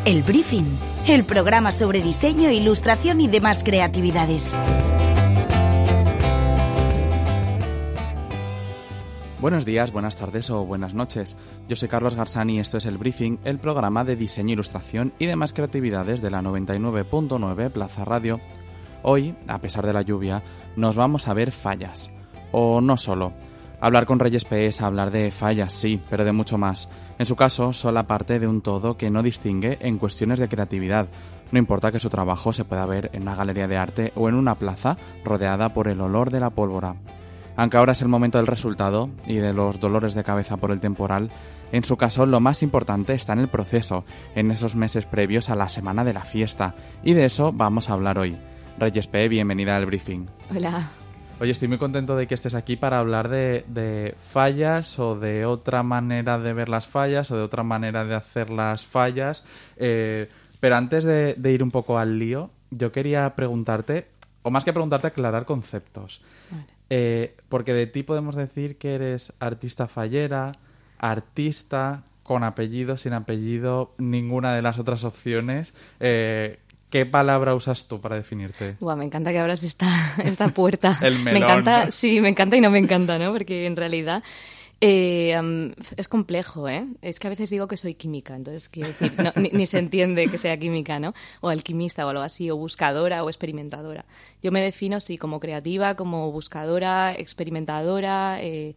El Briefing, el programa sobre diseño, ilustración y demás creatividades. Buenos días, buenas tardes o buenas noches. Yo soy Carlos Garzani y esto es El Briefing, el programa de diseño, ilustración y demás creatividades de la 99.9 Plaza Radio. Hoy, a pesar de la lluvia, nos vamos a ver fallas. O no solo. Hablar con Reyes P es hablar de fallas, sí, pero de mucho más. En su caso, son la parte de un todo que no distingue en cuestiones de creatividad. No importa que su trabajo se pueda ver en una galería de arte o en una plaza rodeada por el olor de la pólvora. Aunque ahora es el momento del resultado y de los dolores de cabeza por el temporal, en su caso lo más importante está en el proceso, en esos meses previos a la semana de la fiesta. Y de eso vamos a hablar hoy. Reyes P, bienvenida al Briefing. Hola. Oye, estoy muy contento de que estés aquí para hablar de fallas o de otra manera de ver las fallas o de otra manera de hacer las fallas. Pero antes de ir un poco al lío, yo quería preguntarte, o más que preguntarte, aclarar conceptos. Vale. Porque de ti podemos decir que eres artista fallera, artista con apellido, sin apellido, ninguna de las otras opciones. ¿Qué palabra usas tú para definirte? Me encanta que abras esta puerta. El melón. Me encanta, sí, me encanta y no me encanta, ¿no? Porque en realidad es complejo, ¿eh? Es que a veces digo que soy química, entonces quiero decir, no, ni se entiende que sea química, ¿no? O alquimista o algo así, o buscadora o experimentadora. Yo me defino, sí, como creativa, como buscadora, experimentadora.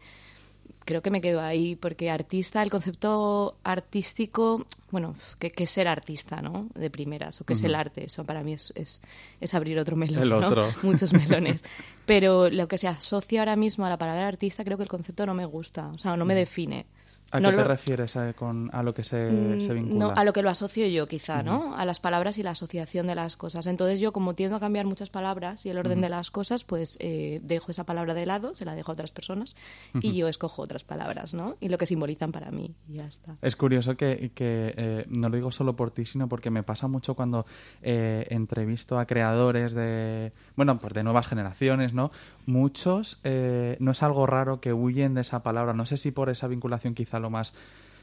Creo que me quedo ahí, porque artista, el concepto artístico, bueno, que es ser artista, ¿no? De primeras, o que es el arte, eso para mí es abrir otro melón, el otro. ¿no? Muchos melones. Pero lo que se asocia ahora mismo a la palabra artista, creo que el concepto no me gusta, o sea, no me define. ¿A qué te refieres a lo que se vincula? No, a lo que lo asocio yo, quizá, ¿no? A las palabras y la asociación de las cosas. Entonces yo, como tiendo a cambiar muchas palabras y el orden de las cosas, pues dejo esa palabra de lado, se la dejo a otras personas y yo escojo otras palabras, ¿no? Y lo que simbolizan para mí, y ya está. Es curioso que no lo digo solo por ti, sino porque me pasa mucho cuando entrevisto a creadores de nuevas generaciones, ¿no? Muchos, no es algo raro que huyen de esa palabra. No sé si por esa vinculación quizá lo más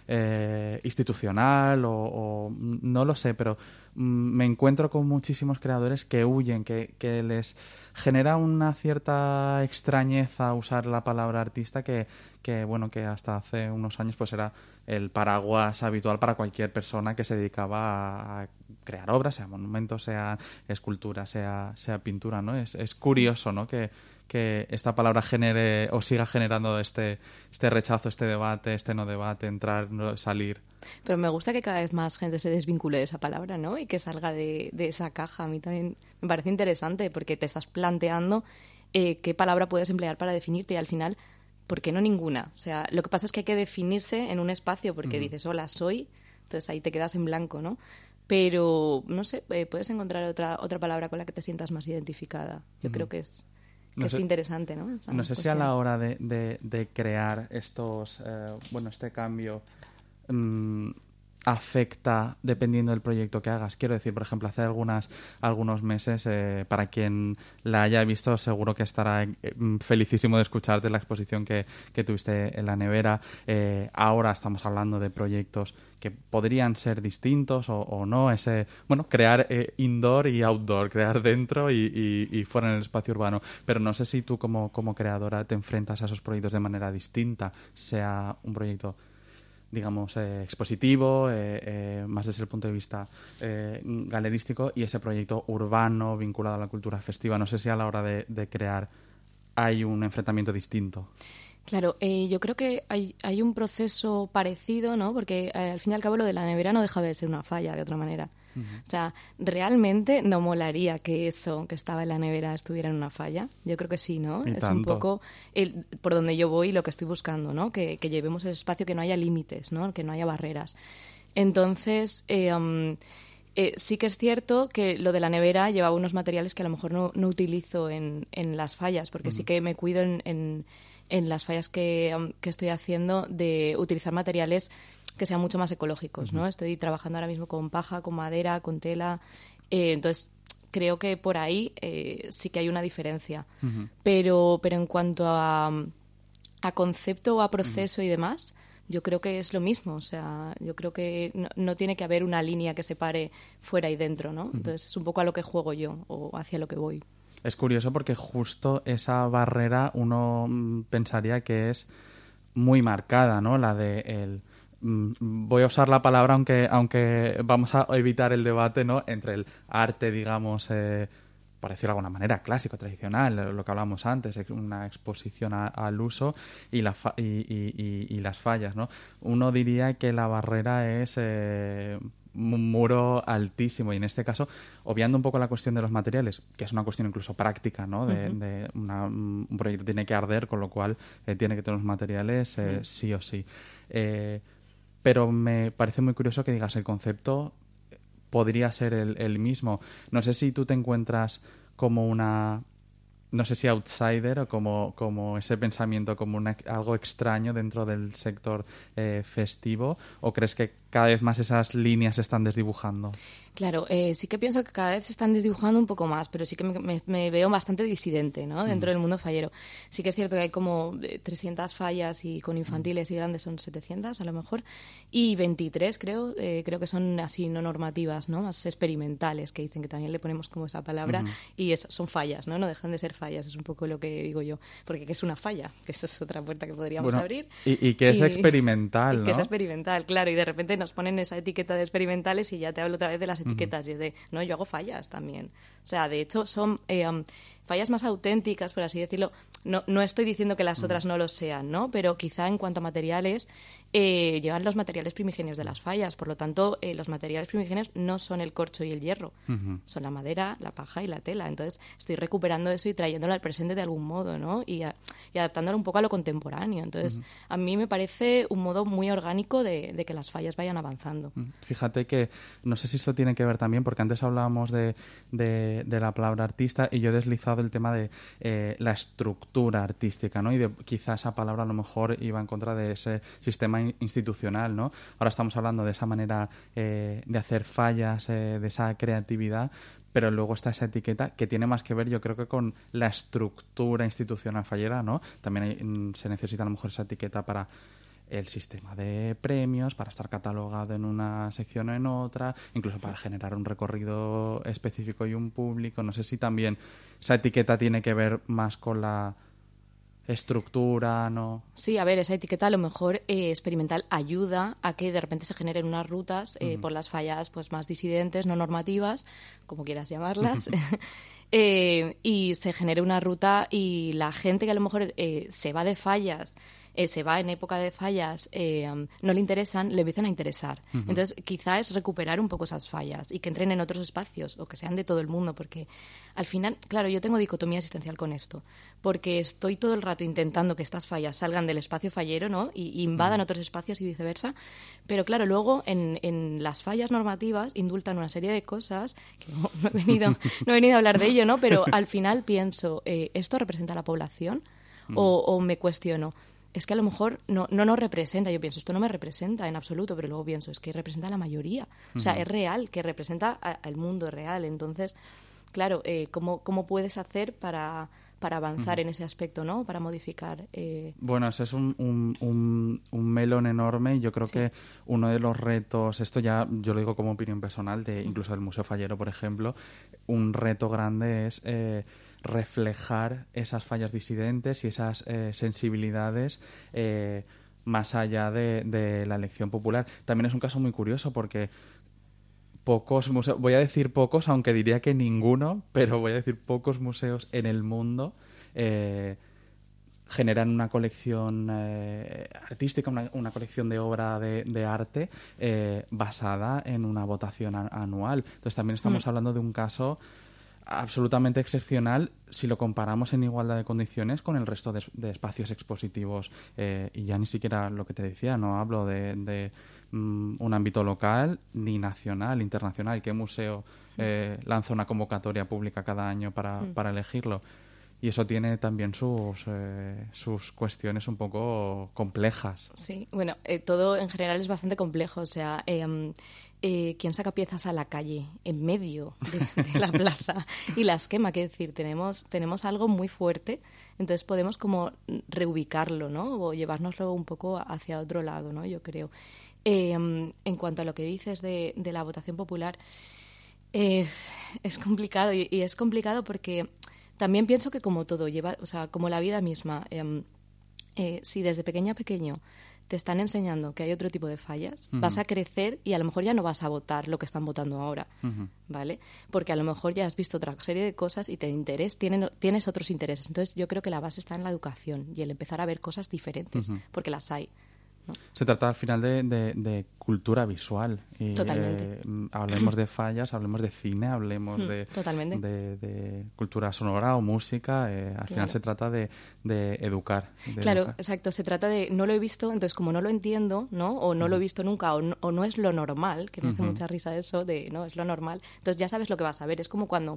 institucional o no lo sé, pero me encuentro con muchísimos creadores que huyen, que les genera una cierta extrañeza usar la palabra artista que hasta hace unos años pues era el paraguas habitual para cualquier persona que se dedicaba a crear obras, sea monumentos, sea escultura, sea pintura, ¿no? Es curioso, ¿no? Que esta palabra genere o siga generando este rechazo, este debate, este no debate, entrar, salir. Pero me gusta que cada vez más gente se desvincule de esa palabra, ¿no? Y que salga de esa caja. A mí también me parece interesante porque te estás planteando qué palabra puedes emplear para definirte y al final, ¿por qué no ninguna? O sea, lo que pasa es que hay que definirse en un espacio porque dices, hola, soy, entonces ahí te quedas en blanco, ¿no? Pero, no sé, puedes encontrar otra palabra con la que te sientas más identificada. Yo creo que es interesante, ¿no? No sé si a la hora de crear este cambio afecta dependiendo del proyecto que hagas. Quiero decir, por ejemplo, hace algunos meses, para quien la haya visto, seguro que estará felicísimo de escucharte la exposición que tuviste en la nevera. Ahora estamos hablando de proyectos que podrían ser distintos o no. Crear indoor y outdoor, crear dentro y fuera en el espacio urbano. Pero no sé si tú como creadora te enfrentas a esos proyectos de manera distinta, sea un proyecto digamos, expositivo, más desde el punto de vista galerístico, y ese proyecto urbano vinculado a la cultura festiva. No sé si a la hora de crear hay un enfrentamiento distinto. Claro, yo creo que hay un proceso parecido, ¿no? Porque al fin y al cabo lo de la nevera no deja de ser una falla, de otra manera. O sea, ¿realmente no molaría que eso que estaba en la nevera estuviera en una falla? Yo creo que sí, ¿no? Es un poco por donde yo voy y lo que estoy buscando, ¿no? Que llevemos ese espacio, que no haya límites, ¿no? Que no haya barreras. Entonces, sí que es cierto que lo de la nevera llevaba unos materiales que a lo mejor no utilizo en las fallas, porque sí que me cuido en las fallas que estoy haciendo de utilizar materiales que sean mucho más ecológicos, ¿no? Estoy trabajando ahora mismo con paja, con madera, con tela. Entonces, creo que por ahí sí que hay una diferencia. Pero en cuanto a concepto o a proceso y demás, yo creo que es lo mismo. O sea, yo creo que no tiene que haber una línea que separe fuera y dentro, ¿no? Entonces es un poco a lo que juego yo o hacia lo que voy. Es curioso porque justo esa barrera uno pensaría que es muy marcada, ¿no? La de voy a usar la palabra aunque vamos a evitar el debate, ¿no? Entre el arte, digamos, por decirlo de alguna manera, clásico, tradicional, lo que hablamos antes, una exposición al uso y las fallas, ¿no? Uno diría que la barrera es un muro altísimo y en este caso, obviando un poco la cuestión de los materiales, que es una cuestión incluso práctica, ¿no? Un proyecto tiene que arder, con lo cual tiene que tener los materiales sí o sí. Pero me parece muy curioso que digas el concepto podría ser el mismo. No sé si tú te encuentras como no sé si outsider o como ese pensamiento, como algo extraño dentro del sector festivo, o crees que cada vez más esas líneas se están desdibujando. Claro, sí que pienso que cada vez se están desdibujando un poco más, pero sí que me veo bastante disidente, ¿no? Dentro del mundo fallero. Sí que es cierto que hay como 300 fallas y con infantiles y grandes son 700 a lo mejor, y 23 creo que son así no normativas, ¿no? Más experimentales, que dicen que también le ponemos como esa palabra, y son fallas, ¿no? No dejan de ser fallas, es un poco lo que digo yo, porque ¿qué es una falla? Que eso es otra puerta que podríamos abrir. Y que es experimental, ¿no? Y que es experimental, claro, y de repente nos ponen esa etiqueta de experimentales y ya te hablo otra vez de las etiquetas. Y es de, no, yo hago fallas también. O sea, de hecho, son fallas más auténticas, por así decirlo. No estoy diciendo que las otras no lo sean, ¿no? Pero quizá en cuanto a materiales, llevan los materiales primigenios de las fallas. Por lo tanto, los materiales primigenios no son el corcho y el hierro. Son la madera, la paja y la tela. Entonces, estoy recuperando eso y trayéndolo al presente de algún modo, ¿no? Y adaptándolo un poco a lo contemporáneo. Entonces, a mí me parece un modo muy orgánico de que las fallas vayan avanzando. Fíjate que, no sé si esto tiene que ver también, porque antes hablábamos de la palabra artista y yo he deslizado el tema de la estructura artística, ¿no? Y de quizá esa palabra a lo mejor iba en contra de ese sistema institucional, ¿no? Ahora estamos hablando de esa manera de hacer fallas, de esa creatividad, pero luego está esa etiqueta que tiene más que ver, yo creo que con la estructura institucional fallera, ¿no? También se necesita a lo mejor esa etiqueta para el sistema de premios, para estar catalogado en una sección o en otra, incluso para generar un recorrido específico y un público. No sé si también esa etiqueta tiene que ver más con la estructura, ¿no? Sí, a ver, esa etiqueta a lo mejor experimental ayuda a que de repente se generen unas rutas por las fallas pues más disidentes, no normativas, como quieras llamarlas, y se genere una ruta y la gente que a lo mejor se va de fallas, se va en época de fallas, no le interesan, le empiezan a interesar. Entonces, quizá es recuperar un poco esas fallas y que entren en otros espacios o que sean de todo el mundo, porque al final, claro, yo tengo dicotomía existencial con esto, porque estoy todo el rato intentando que estas fallas salgan del espacio fallero, ¿no? Y invadan otros espacios y viceversa, pero claro, luego en las fallas normativas indultan una serie de cosas que no he venido a hablar de ello, ¿no? Pero al final pienso, ¿esto representa a la población? O me cuestiono, es que a lo mejor no nos representa. Yo pienso, esto no me representa en absoluto, pero luego pienso, es que representa a la mayoría. O sea, es real, que representa al mundo real. Entonces, claro, ¿cómo puedes hacer para avanzar en ese aspecto, ¿no? Para modificar. Bueno, ese es un melón enorme y yo creo que uno de los retos, esto ya yo lo digo como opinión personal, incluso del Museo Fallero, por ejemplo, un reto grande es reflejar esas fallas disidentes y esas sensibilidades más allá de la elección popular. También es un caso muy curioso porque pocos museos, voy a decir pocos, aunque diría que ninguno, pero voy a decir pocos museos en el mundo generan una colección artística, una colección de obra de arte basada en una votación anual. Entonces también estamos hablando de un caso absolutamente excepcional si lo comparamos en igualdad de condiciones con el resto de espacios expositivos y ya ni siquiera lo que te decía, no hablo de un ámbito local ni nacional, internacional. ¿Qué museo lanza una convocatoria pública cada año para elegirlo? Y eso tiene también sus cuestiones un poco complejas. Sí, bueno, todo en general es bastante complejo. O sea, ¿quién saca piezas a la calle en medio de la plaza y las quema? Quiero decir, tenemos algo muy fuerte, entonces podemos como reubicarlo, ¿no? O llevárnoslo un poco hacia otro lado, ¿no? Yo creo. En cuanto a lo que dices de la votación popular, es complicado y es complicado porque también pienso que como todo lleva, o sea, como la vida misma, si desde pequeño te están enseñando que hay otro tipo de fallas, vas a crecer y a lo mejor ya no vas a votar lo que están votando ahora, ¿vale? Porque a lo mejor ya has visto otra serie de cosas y tienes otros intereses. Entonces yo creo que la base está en la educación y el empezar a ver cosas diferentes, porque las hay, ¿no? Se trata al final de cultura visual. Y, totalmente. Hablemos de fallas, hablemos de cine, hablemos totalmente. de cultura sonora o música. Al final se trata de educar. Claro, exacto. Se trata de no lo he visto, entonces como no lo entiendo, ¿no? O no lo he visto nunca, o no es lo normal, que me hace mucha risa eso de no es lo normal. Entonces ya sabes lo que vas a ver. Es como cuando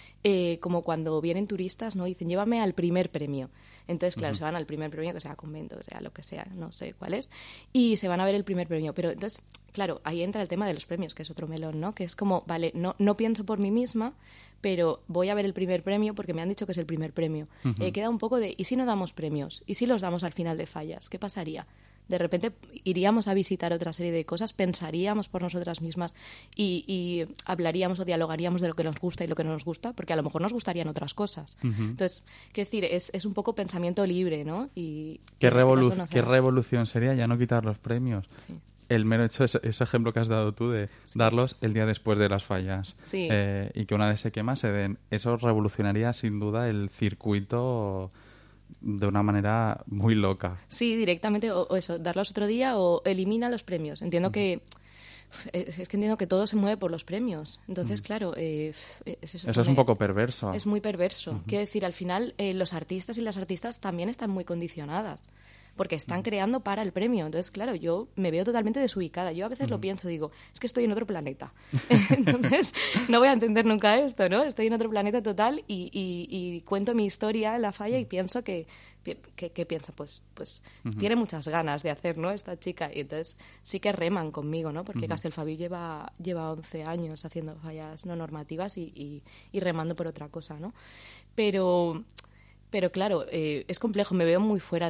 vienen turistas, ¿no? Y dicen, llévame al primer premio. Entonces, claro, se van al primer premio, que sea convento, que sea lo que sea, no sé cuál es, y se van a ver el primer premio. Pero entonces, claro, ahí entra el tema de los premios, que es otro melón, ¿no? Que es como, vale, no pienso por mí misma, pero voy a ver el primer premio porque me han dicho que es el primer premio. Queda un poco de, ¿y si no damos premios? ¿Y si los damos al final de fallas? ¿Qué pasaría? De repente iríamos a visitar otra serie de cosas, pensaríamos por nosotras mismas y hablaríamos o dialogaríamos de lo que nos gusta y lo que no nos gusta, porque a lo mejor nos gustarían otras cosas. Entonces, quiero decir, es un poco pensamiento libre, ¿no? Y ¿Qué revolución sería ya no quitar los premios? Sí. El mero hecho, ese ejemplo que has dado tú de darlos el día después de las fallas, sí. Y que una vez se quema se den, eso revolucionaría sin duda el circuito de una manera muy loca. Sí, directamente, o eso, darlos otro día o elimina los premios. Entiendo que entiendo que todo se mueve por los premios. Entonces, claro, eso es un poco perverso. Es muy perverso. Quiero decir, al final los artistas y las artistas también están muy condicionadas porque están creando para el premio. Entonces, claro, yo me veo totalmente desubicada. Yo a veces lo pienso, digo, es que estoy en otro planeta. Entonces, no voy a entender nunca esto, ¿no? Estoy en otro planeta total y cuento mi historia en la falla y pienso que piensa, pues tiene muchas ganas de hacer, ¿no? Esta chica. Y entonces sí que reman conmigo, ¿no? Porque Castelfabio lleva 11 años haciendo fallas no normativas y remando por otra cosa, ¿no? Pero claro, es complejo, me veo muy fuera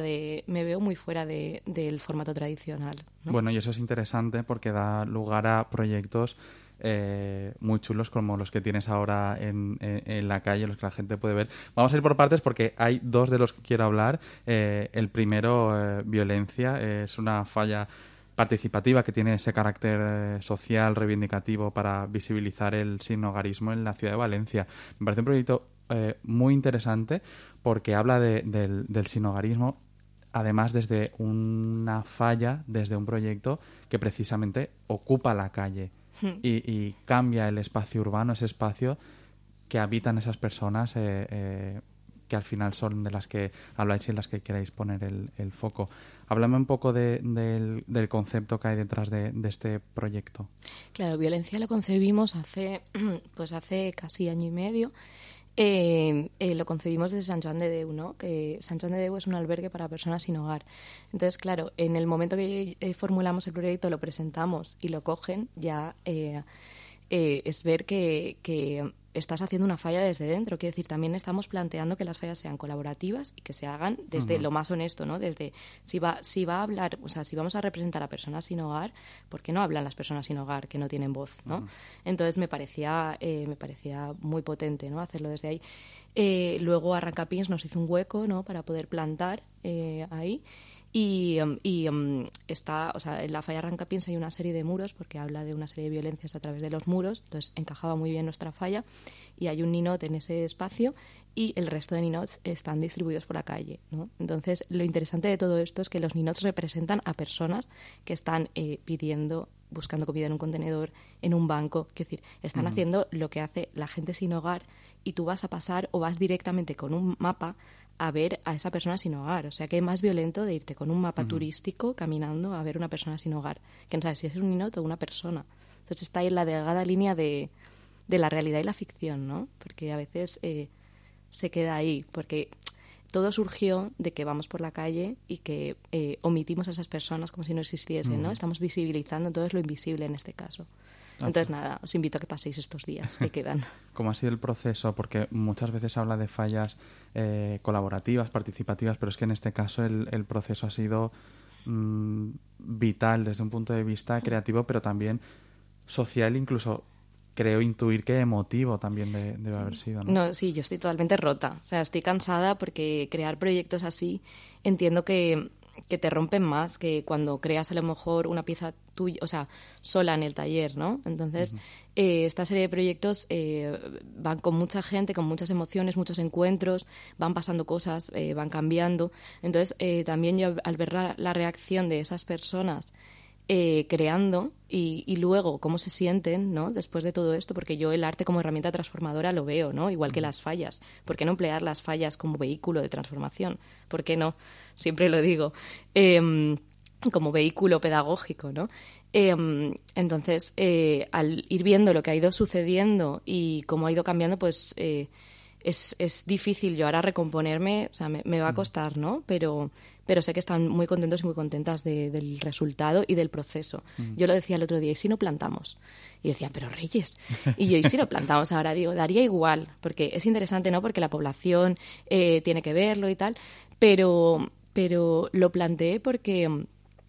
del formato tradicional, ¿no? Bueno, y eso es interesante porque da lugar a proyectos muy chulos como los que tienes ahora en la calle, los que la gente puede ver. Vamos a ir por partes porque hay dos de los que quiero hablar. El primero, Violencia, es una falla participativa que tiene ese carácter social, reivindicativo para visibilizar el sinhogarismo en la ciudad de Valencia. Me parece un proyecto muy interesante porque habla del sinhogarismo, además desde una falla, desde un proyecto que precisamente ocupa la calle y cambia el espacio urbano, ese espacio que habitan esas personas que al final son de las que habláis y en las que queréis poner el foco. Háblame un poco del concepto que hay detrás de este proyecto. Claro, Violencia lo concebimos hace casi año y medio. Lo concebimos desde Sant Joan de Déu, ¿no? Que Sant Joan de Déu es un albergue para personas sin hogar. Entonces, claro, en el momento que formulamos el proyecto, lo presentamos y lo cogen, ya es ver que estás haciendo una falla desde dentro. Quiero decir, también estamos planteando que las fallas sean colaborativas y que se hagan desde lo más honesto, ¿no? Desde si va a hablar, o sea, si vamos a representar a personas sin hogar, ¿por qué no hablan las personas sin hogar que no tienen voz, ¿no? Entonces me parecía muy potente, ¿no? Hacerlo desde ahí. Luego Arrancapins nos hizo un hueco, ¿no? Para poder plantar ahí. Y está, o sea, en la falla Arrancapins hay una serie de muros porque habla de una serie de violencias a través de los muros, entonces encajaba muy bien nuestra falla y hay un ninot en ese espacio y el resto de ninots están distribuidos por la calle, ¿no? Entonces lo interesante de todo esto es que los ninots representan a personas que están buscando comida en un contenedor, en un banco, es decir, están haciendo lo que hace la gente sin hogar y tú vas a pasar o vas directamente con un mapa a ver a esa persona sin hogar. O sea, que es más violento de irte con un mapa turístico caminando a ver una persona sin hogar, que no sabes si es un ninot o una persona. Entonces está ahí en la delgada línea de la realidad y la ficción, ¿no? Porque a veces se queda ahí, porque todo surgió de que vamos por la calle y que omitimos a esas personas como si no existiesen, ¿no? Estamos visibilizando todo lo invisible en este caso. Entonces, nada, os invito a que paséis estos días que quedan. ¿Cómo ha sido el proceso? Porque muchas veces se habla de fallas colaborativas, participativas, pero es que en este caso el proceso ha sido vital desde un punto de vista creativo, pero también social, incluso creo intuir que emotivo también debe haber sido, ¿no? No, sí, yo estoy totalmente rota. O sea, estoy cansada porque crear proyectos así entiendo que te rompen más que cuando creas a lo mejor una pieza tuya, o sea, sola en el taller, ¿no? Entonces, esta serie de proyectos van con mucha gente, con muchas emociones, muchos encuentros, van pasando cosas, van cambiando. Entonces, también yo al ver la reacción de esas personas creando y luego cómo se sienten, ¿no? Después de todo esto, porque yo el arte como herramienta transformadora lo veo, ¿no? Igual que las fallas. ¿Por qué no emplear las fallas como vehículo de transformación? ¿Por qué no? Siempre lo digo. Como vehículo pedagógico, ¿no? Entonces, al ir viendo lo que ha ido sucediendo y cómo ha ido cambiando, pues es difícil yo ahora recomponerme, o sea, me va a costar, ¿no? Pero sé que están muy contentos y muy contentas del resultado y del proceso. Yo lo decía el otro día, ¿y si no plantamos? Y decía, pero Reyes, y yo, ¿y si no plantamos? Ahora digo, daría igual, porque es interesante, ¿no? Porque la población tiene que verlo y tal, pero lo planteé porque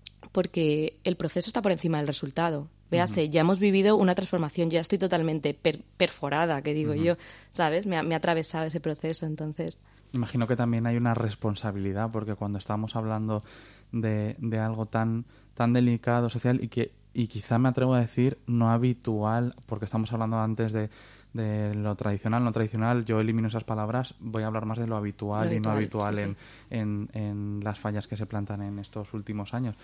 el proceso está por encima del resultado. Véase, ya hemos vivido una transformación, ya estoy totalmente perforada, que digo yo, ¿sabes? Me ha atravesado ese proceso, entonces... Imagino que también hay una responsabilidad, porque cuando estamos hablando de algo tan delicado, social, y quizá me atrevo a decir no habitual, porque estamos hablando antes de lo tradicional, no tradicional, yo elimino esas palabras, voy a hablar más de lo habitual y no habitual sí. En las fallas que se plantan en estos últimos años.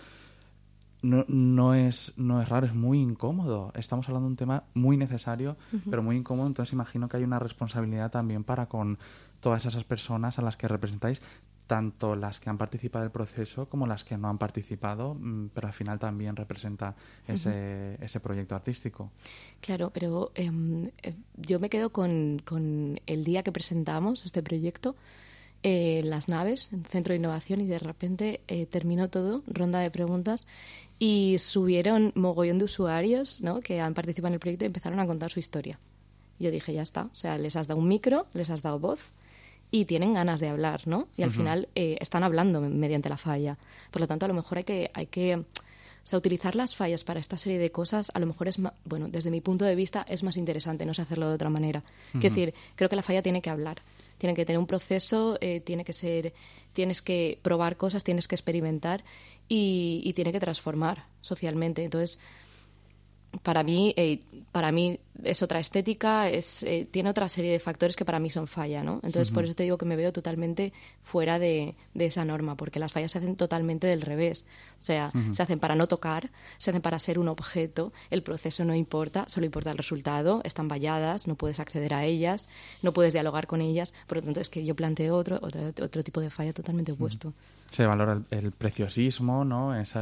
No es raro, es muy incómodo. Estamos hablando de un tema muy necesario, pero muy incómodo. Entonces imagino que hay una responsabilidad también para con todas esas personas a las que representáis, tanto las que han participado del proceso como las que no han participado, pero al final también representa ese proyecto artístico. Claro, pero yo me quedo con el día que presentamos este proyecto, las naves, en Centro de Innovación, y de repente terminó todo, ronda de preguntas, y subieron mogollón de usuarios, ¿no?, que han participado en el proyecto y empezaron a contar su historia. Yo dije, ya está, o sea, les has dado un micro, les has dado voz y tienen ganas de hablar, ¿no? Y al final están hablando mediante la falla. Por lo tanto, a lo mejor hay que o sea, utilizar las fallas para esta serie de cosas, a lo mejor es más, bueno, desde mi punto de vista es más interesante, no sé hacerlo de otra manera. Quiero decir, creo que la falla tiene que hablar. Tiene que tener un proceso, tienes que probar cosas, tienes que experimentar y tiene que transformar socialmente. Entonces, para mí es otra estética, tiene otra serie de factores que para mí son falla, ¿no? Entonces, por eso te digo que me veo totalmente fuera de esa norma, porque las fallas se hacen totalmente del revés. O sea, se hacen para no tocar, se hacen para ser un objeto, el proceso no importa, solo importa el resultado, están valladas, no puedes acceder a ellas, no puedes dialogar con ellas, por lo tanto es que yo planteo otro tipo de falla totalmente opuesto. Se valora el preciosismo, ¿no? Esos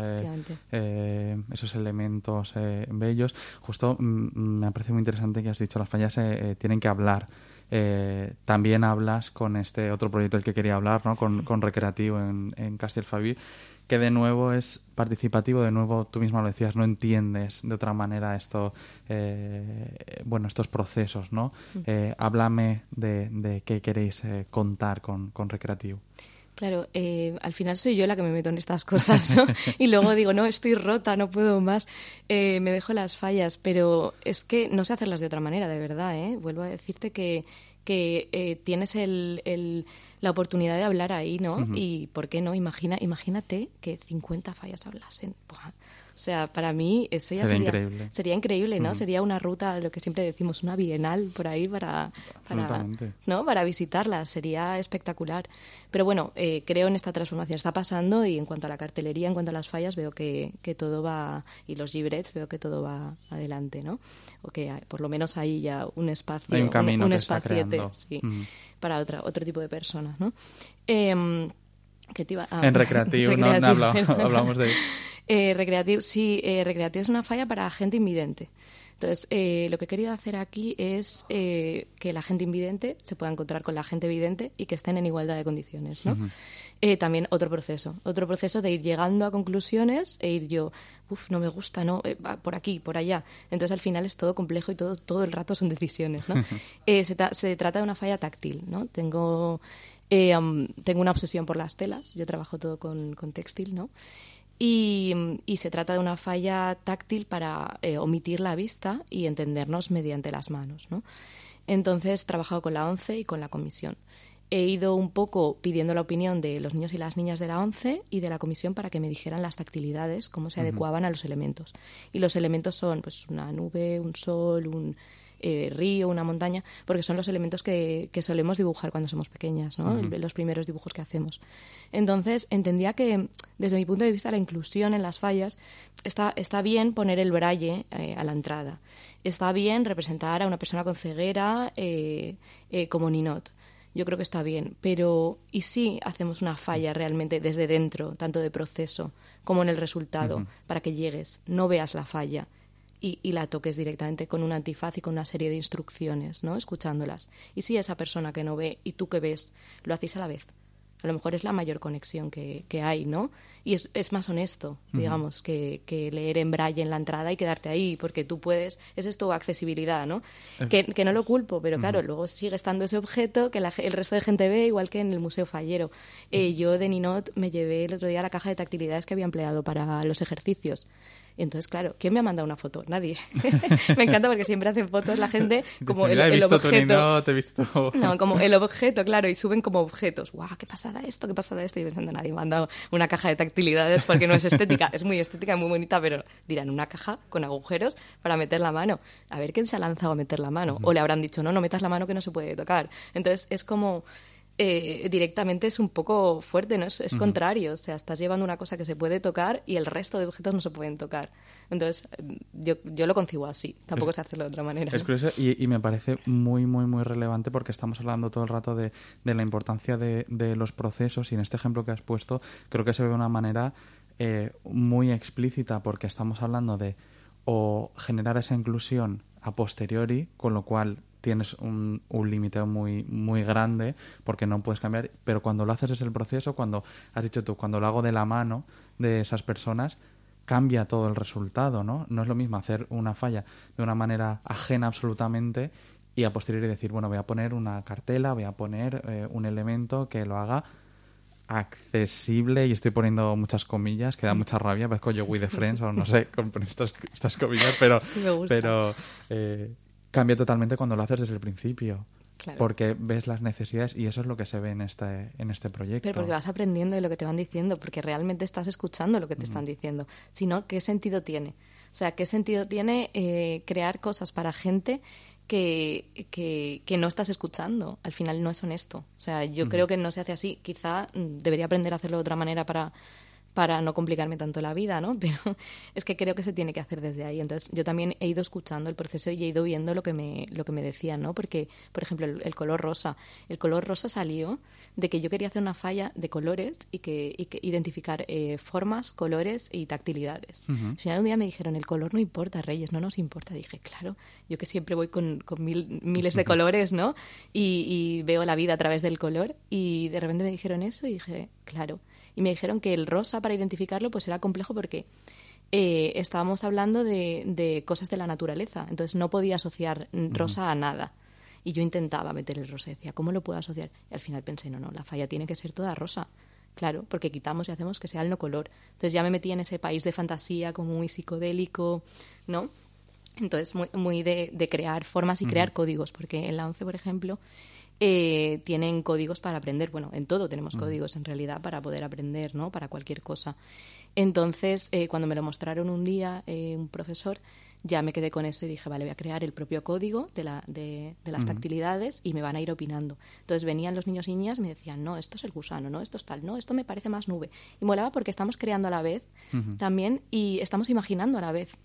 elementos bellos. Justo me ha parecido muy interesante que has dicho, las fallas tienen que hablar. También hablas con este otro proyecto del que quería hablar, ¿no? Con Recreativo en Castellfabib, que de nuevo es participativo, de nuevo tú misma lo decías, no entiendes de otra manera estos procesos, ¿no? Háblame de qué queréis contar con Recreativo. Claro, al final soy yo la que me meto en estas cosas, ¿no? Y luego digo, no, estoy rota, no puedo más, me dejo las fallas, pero es que no sé hacerlas de otra manera, de verdad, ¿eh? Vuelvo a decirte que tienes la oportunidad de hablar ahí, ¿no? Y ¿por qué no? Imagínate que 50 fallas hablasen. ¡Buah! O sea, para mí eso ya sería increíble, ¿no? Sería una ruta, lo que siempre decimos, una bienal por ahí para visitarla. Sería espectacular. Pero bueno, creo en esta transformación. Está pasando y en cuanto a la cartelería, en cuanto a las fallas, veo que todo va, y los gibrets, veo que todo va adelante, ¿no? O que por lo menos hay ya un espacio, hay un camino un que está espaciete, creando. Sí, para otro tipo de personas, ¿no? En Recreativo, no hablamos de... Recreativo, sí, recreativo es una falla para gente invidente. Entonces, lo que he querido hacer aquí es que la gente invidente se pueda encontrar con la gente vidente y que estén en igualdad de condiciones, ¿no? También otro proceso de ir llegando a conclusiones e ir yo, no me gusta, no, por aquí, por allá. Entonces, al final es todo complejo y todo el rato son decisiones, ¿no? Se trata de una falla táctil, ¿no? Tengo una obsesión por las telas, yo trabajo todo con textil, ¿no? Y se trata de una falla táctil para omitir la vista y entendernos mediante las manos, ¿no? Entonces, he trabajado con la ONCE y con la comisión. He ido un poco pidiendo la opinión de los niños y las niñas de la ONCE y de la comisión para que me dijeran las tactilidades, cómo se adecuaban a los elementos. Y los elementos son pues una nube, un sol, un río, una montaña, porque son los elementos que solemos dibujar cuando somos pequeñas, ¿no? Los primeros dibujos que hacemos. Entonces, entendía que, desde mi punto de vista, la inclusión en las fallas está bien poner el braille a la entrada. Está bien representar a una persona con ceguera como ninot. Yo creo que está bien, pero ¿y si hacemos una falla realmente desde dentro, tanto de proceso como en el resultado, para que llegues, no veas la falla y la toques directamente con un antifaz y con una serie de instrucciones, ¿no? Escuchándolas. Y si esa persona que no ve y tú que ves lo hacéis a la vez, a lo mejor es la mayor conexión que hay, ¿no? Y es más honesto, digamos, que leer en braille en la entrada y quedarte ahí, porque tú puedes, esa es tu accesibilidad, ¿no? Que no lo culpo, pero claro, luego sigue estando ese objeto que el resto de gente ve, igual que en el Museo Fallero. Yo de Ninot me llevé el otro día la caja de tactilidades que había empleado para los ejercicios. Entonces, claro, ¿quién me ha mandado una foto? Nadie. Me encanta porque siempre hacen fotos la gente como el objeto. Te he visto. No, como el objeto, claro, y suben como objetos. ¡Guau, qué pasada esto, qué pasada esto! Y pensando, nadie me ha mandado una caja de tactilidades porque no es estética. Es muy estética, muy bonita, pero dirán una caja con agujeros para meter la mano. A ver quién se ha lanzado a meter la mano. O le habrán dicho, no metas la mano que no se puede tocar. Entonces, es como... directamente es un poco fuerte, ¿no? Es contrario, o sea, estás llevando una cosa que se puede tocar y el resto de objetos no se pueden tocar. Entonces, yo lo concibo así, tampoco sé hacerlo de otra manera. Es curioso y me parece muy, muy, muy relevante porque estamos hablando todo el rato de la importancia de los procesos y en este ejemplo que has puesto creo que se ve de una manera muy explícita porque estamos hablando de o generar esa inclusión a posteriori, con lo cual tienes un límite muy, muy grande porque no puedes cambiar, pero cuando lo haces desde el proceso, cuando has dicho tú, cuando lo hago de la mano de esas personas, cambia todo el resultado, ¿no? No es lo mismo hacer una falla de una manera ajena absolutamente y a posteriori decir, bueno, voy a poner una cartela, voy a poner un elemento que lo haga accesible, y estoy poniendo muchas comillas, que da mucha rabia, parezco yo with the friends o no sé, con estas comillas, pero, sí me gusta. Pero cambia totalmente cuando lo haces desde el principio. Claro. Porque ves las necesidades y eso es lo que se ve en este proyecto. Pero porque vas aprendiendo de lo que te van diciendo, porque realmente estás escuchando lo que te están diciendo. Si no, ¿qué sentido tiene? O sea, ¿qué sentido tiene crear cosas para gente que no estás escuchando? Al final no es honesto. O sea, yo creo que no se hace así. Quizá debería aprender a hacerlo de otra manera para no complicarme tanto la vida, ¿no? Pero es que creo que se tiene que hacer desde ahí. Entonces, yo también he ido escuchando el proceso y he ido viendo lo que me decían, ¿no? Porque, por ejemplo, el color rosa. El color rosa salió de que yo quería hacer una falla de colores y que identificar formas, colores y tactilidades. Al final un día me dijeron, el color no importa, Reyes, no nos importa. Dije, claro, yo que siempre voy con miles de colores, ¿no? Y veo la vida a través del color. Y de repente me dijeron eso y dije, claro. Y me dijeron que el rosa, para identificarlo, pues era complejo porque estábamos hablando de cosas de la naturaleza. Entonces no podía asociar rosa a nada. Y yo intentaba meter el rosa. Decía, ¿cómo lo puedo asociar? Y al final pensé, no, la falla tiene que ser toda rosa. Claro, porque quitamos y hacemos que sea el no color. Entonces ya me metí en ese país de fantasía como muy psicodélico, ¿no? Entonces muy de crear formas y crear códigos. Porque en la ONCE, por ejemplo... tienen códigos para aprender. Bueno, en todo tenemos códigos en realidad para poder aprender, ¿no? Para cualquier cosa. Entonces, cuando me lo mostraron un día un profesor, ya me quedé con eso y dije, vale, voy a crear el propio código de las tactilidades y me van a ir opinando. Entonces venían los niños y niñas y me decían, no, esto es el gusano, no, esto es tal, no, esto me parece más nube. Y molaba porque estamos creando a la vez también y estamos imaginando a la vez.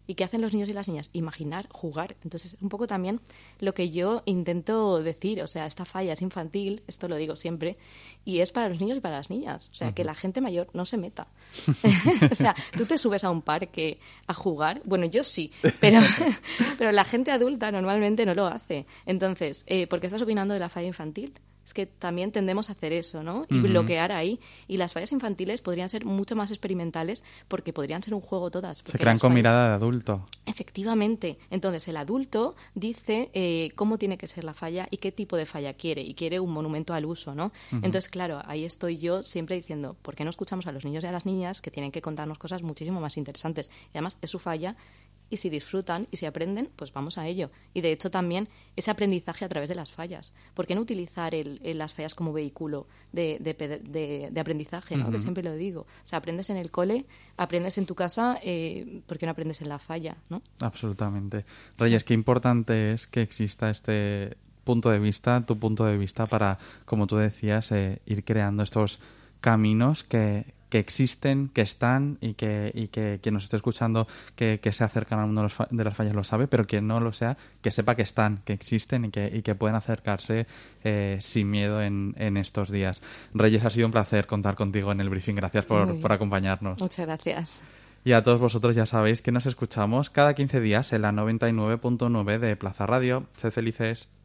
¿Y qué hacen los niños y las niñas? Imaginar, jugar. Entonces, es un poco también lo que yo intento decir. O sea, esta falla es infantil, esto lo digo siempre, y es para los niños y para las niñas. O sea, que la gente mayor no se meta. O sea, tú te subes a un parque a jugar. Bueno, yo sí, pero la gente adulta normalmente no lo hace. Entonces, ¿por qué estás opinando de la falla infantil? Es que también tendemos a hacer eso, ¿no? Y bloquear ahí. Y las fallas infantiles podrían ser mucho más experimentales porque podrían ser un juego todas. Se crean con mirada de adulto. Efectivamente. Entonces, el adulto dice cómo tiene que ser la falla y qué tipo de falla quiere. Y quiere un monumento al uso, ¿no? Entonces, claro, ahí estoy yo siempre diciendo, ¿por qué no escuchamos a los niños y a las niñas que tienen que contarnos cosas muchísimo más interesantes? Y además, es su falla. Y si disfrutan y si aprenden, pues vamos a ello. Y de hecho también ese aprendizaje a través de las fallas. ¿Por qué no utilizar las fallas como vehículo de aprendizaje? ¿No? Que siempre lo digo. O sea, aprendes en el cole, aprendes en tu casa, ¿por qué no aprendes en la falla? ¿No? Absolutamente. Reyes, qué importante es que exista este punto de vista, tu punto de vista, para, como tú decías, ir creando estos caminos que existen, que están y que quien nos esté escuchando que se acercan al mundo de las fallas lo sabe, pero quien no lo sea, que sepa que están, que existen y que pueden acercarse sin miedo en estos días. Reyes, ha sido un placer contar contigo en el briefing. Gracias por acompañarnos. Muchas gracias. Y a todos vosotros ya sabéis que nos escuchamos cada 15 días en la 99.9 de Plaza Radio. Sed felices.